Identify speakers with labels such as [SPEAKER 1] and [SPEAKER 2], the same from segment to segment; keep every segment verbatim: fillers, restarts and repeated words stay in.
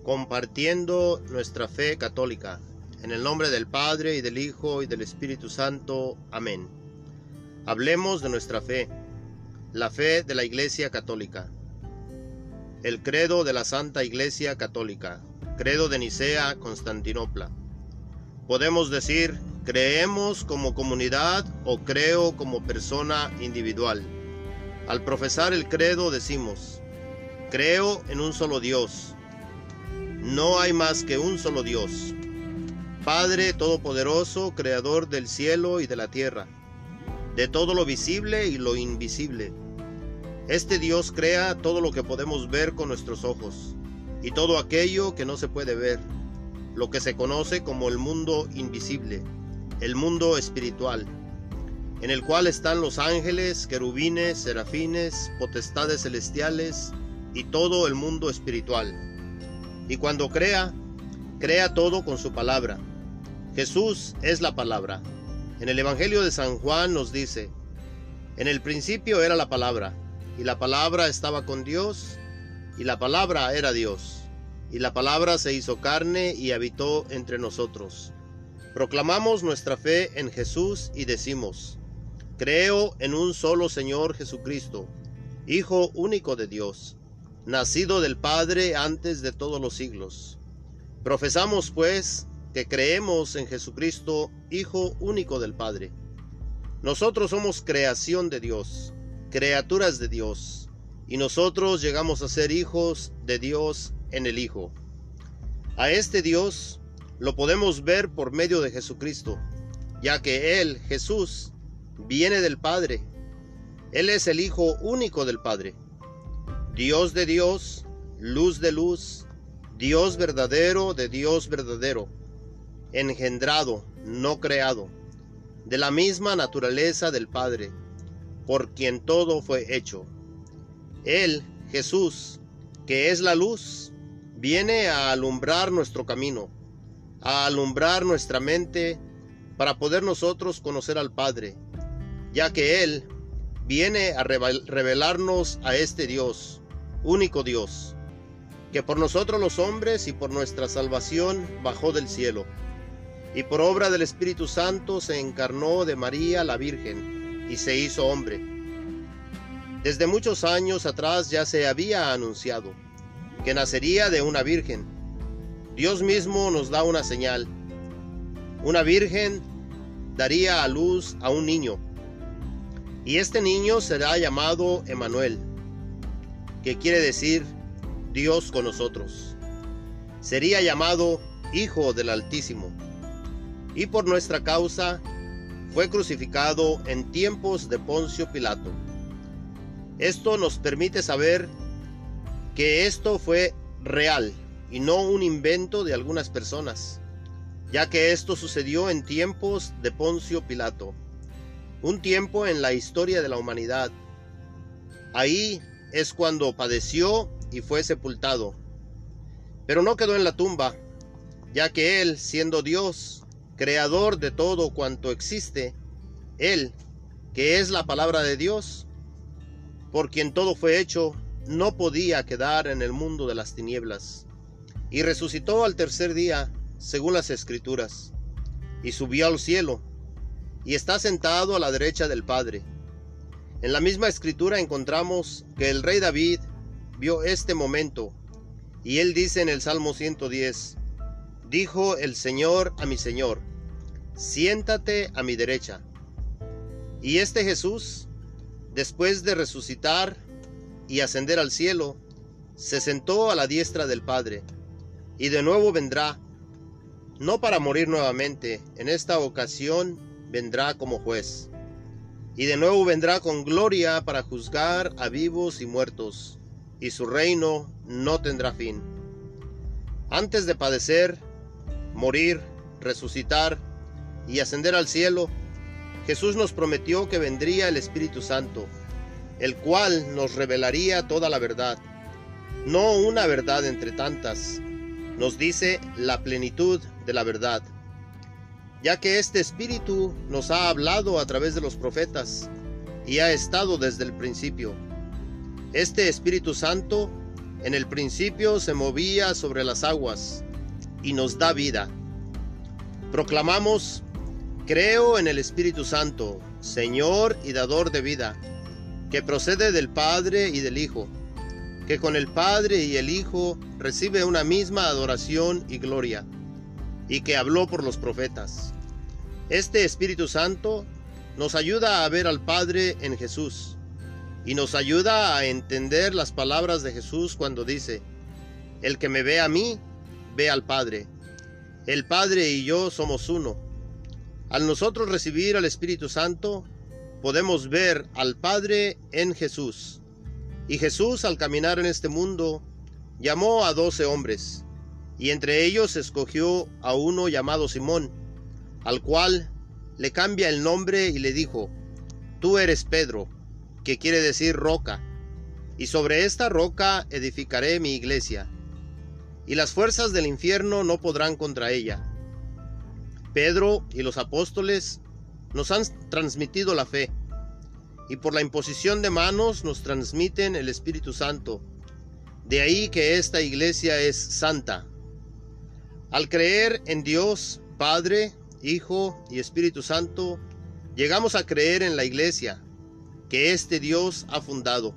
[SPEAKER 1] compartiendo nuestra fe católica. En el nombre del Padre, y del Hijo, y del Espíritu Santo. Amén. Hablemos de nuestra fe, la fe de la Iglesia Católica. El credo de la Santa Iglesia Católica, credo de Nicea, Constantinopla. Podemos decir, creemos como comunidad o creo como persona individual. Al profesar el credo decimos, creo en un solo Dios. No hay más que un solo Dios, Padre Todopoderoso, Creador del cielo y de la tierra, de todo lo visible y lo invisible. Este Dios crea todo lo que podemos ver con nuestros ojos, y todo aquello que no se puede ver, lo que se conoce como el mundo invisible, el mundo espiritual, en el cual están los ángeles, querubines, serafines, potestades celestiales y todo el mundo espiritual. Y cuando crea, crea todo con su palabra. Jesús es la palabra. En el Evangelio de San Juan nos dice, en el principio era la palabra, y la palabra estaba con Dios, y la palabra era Dios, y la palabra se hizo carne y habitó entre nosotros. Proclamamos nuestra fe en Jesús y decimos, creo en un solo Señor Jesucristo, Hijo único de Dios, nacido del Padre antes de todos los siglos. Profesamos, pues, que creemos en Jesucristo, Hijo único del Padre. Nosotros somos creación de Dios, criaturas de Dios, y nosotros llegamos a ser hijos de Dios en el Hijo. A este Dios lo podemos ver por medio de Jesucristo, ya que Él, Jesús, viene del Padre. Él es el Hijo único del Padre. Dios de Dios, luz de luz, Dios verdadero de Dios verdadero, engendrado, no creado, de la misma naturaleza del Padre, por quien todo fue hecho. Él, Jesús, que es la luz, viene a alumbrar nuestro camino, a alumbrar nuestra mente, para poder nosotros conocer al Padre, ya que Él viene a revelarnos a este Dios, único Dios, que por nosotros los hombres y por nuestra salvación bajó del cielo, y por obra del Espíritu Santo se encarnó de María la Virgen, y se hizo hombre. Desde muchos años atrás ya se había anunciado que nacería de una virgen. Dios mismo nos da una señal. Una virgen daría a luz a un niño, y este niño será llamado Emmanuel, que quiere decir Dios con nosotros. Sería llamado Hijo del Altísimo, y por nuestra causa fue crucificado en tiempos de Poncio Pilato. Esto nos permite saber que esto fue real y no un invento de algunas personas, ya que esto sucedió en tiempos de Poncio Pilato, un tiempo en la historia de la humanidad. Ahí es cuando padeció y fue sepultado, pero no quedó en la tumba, ya que Él, siendo Dios, creador de todo cuanto existe, Él, que es la palabra de Dios, por quien todo fue hecho, no podía quedar en el mundo de las tinieblas, y resucitó al tercer día, según las Escrituras, y subió al cielo, y está sentado a la derecha del Padre. En la misma Escritura encontramos que el rey David vio este momento, y él dice en el Salmo ciento diez, dijo el Señor a mi Señor, siéntate a mi derecha. Y este Jesús, después de resucitar y ascender al cielo, se sentó a la diestra del Padre, y de nuevo vendrá, no para morir nuevamente, en esta ocasión vendrá como juez. Y de nuevo vendrá con gloria para juzgar a vivos y muertos, y su reino no tendrá fin. Antes de padecer, morir, resucitar y ascender al cielo, Jesús nos prometió que vendría el Espíritu Santo, el cual nos revelaría toda la verdad, no una verdad entre tantas, nos dice la plenitud de la verdad, ya que este Espíritu nos ha hablado a través de los profetas y ha estado desde el principio. Este Espíritu Santo en el principio se movía sobre las aguas y nos da vida. Proclamamos: creo en el Espíritu Santo, Señor y dador de vida, que procede del Padre y del Hijo, que con el Padre y el Hijo recibe una misma adoración y gloria, y que habló por los profetas. Este Espíritu Santo nos ayuda a ver al Padre en Jesús, y nos ayuda a entender las palabras de Jesús cuando dice: el que me ve a mí, ve al Padre. El Padre y yo somos uno. Al nosotros recibir al Espíritu Santo, podemos ver al Padre en Jesús. Y Jesús, al caminar en este mundo, llamó a doce hombres, y entre ellos escogió a uno llamado Simón, al cual le cambia el nombre y le dijo: tú eres Pedro, que quiere decir roca, y sobre esta roca edificaré mi iglesia, y las fuerzas del infierno no podrán contra ella. Pedro y los apóstoles nos han transmitido la fe, y por la imposición de manos nos transmiten el Espíritu Santo. De ahí que esta iglesia es santa. Al creer en Dios, Padre, Hijo y Espíritu Santo, llegamos a creer en la iglesia que este Dios ha fundado.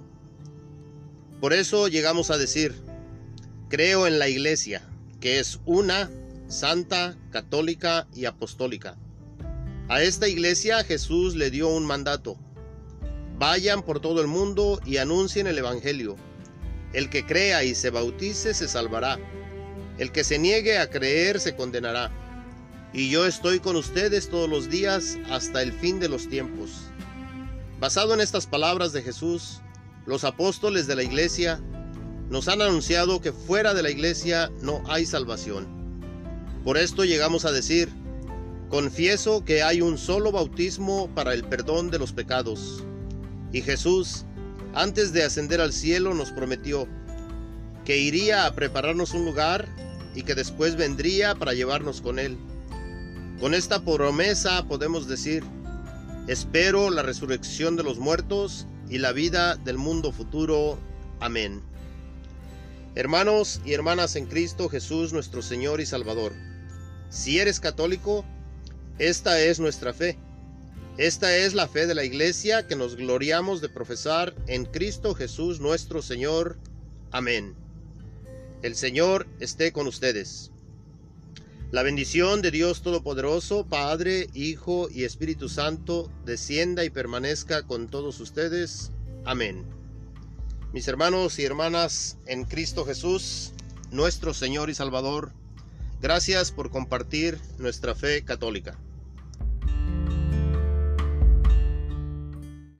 [SPEAKER 1] Por eso llegamos a decir: creo en la iglesia, que es una, santa, católica y apostólica. A esta iglesia Jesús le dio un mandato: vayan por todo el mundo y anuncien el evangelio. El que crea y se bautice se salvará. El que se niegue a creer se condenará. Y yo estoy con ustedes todos los días hasta el fin de los tiempos. Basado en estas palabras de Jesús, los apóstoles de la iglesia nos han anunciado que fuera de la iglesia no hay salvación. Por esto llegamos a decir: confieso que hay un solo bautismo para el perdón de los pecados. Y Jesús, antes de ascender al cielo, nos prometió que iría a prepararnos un lugar y que después vendría para llevarnos con Él. Con esta promesa podemos decir: espero la resurrección de los muertos y la vida del mundo futuro. Amén. Hermanos y hermanas en Cristo Jesús, nuestro Señor y Salvador, si eres católico, esta es nuestra fe. Esta es la fe de la iglesia que nos gloriamos de profesar en Cristo Jesús nuestro Señor. Amén. El Señor esté con ustedes. La bendición de Dios Todopoderoso, Padre, Hijo y Espíritu Santo, descienda y permanezca con todos ustedes. Amén. Mis hermanos y hermanas en Cristo Jesús, nuestro Señor y Salvador, gracias por compartir nuestra fe católica.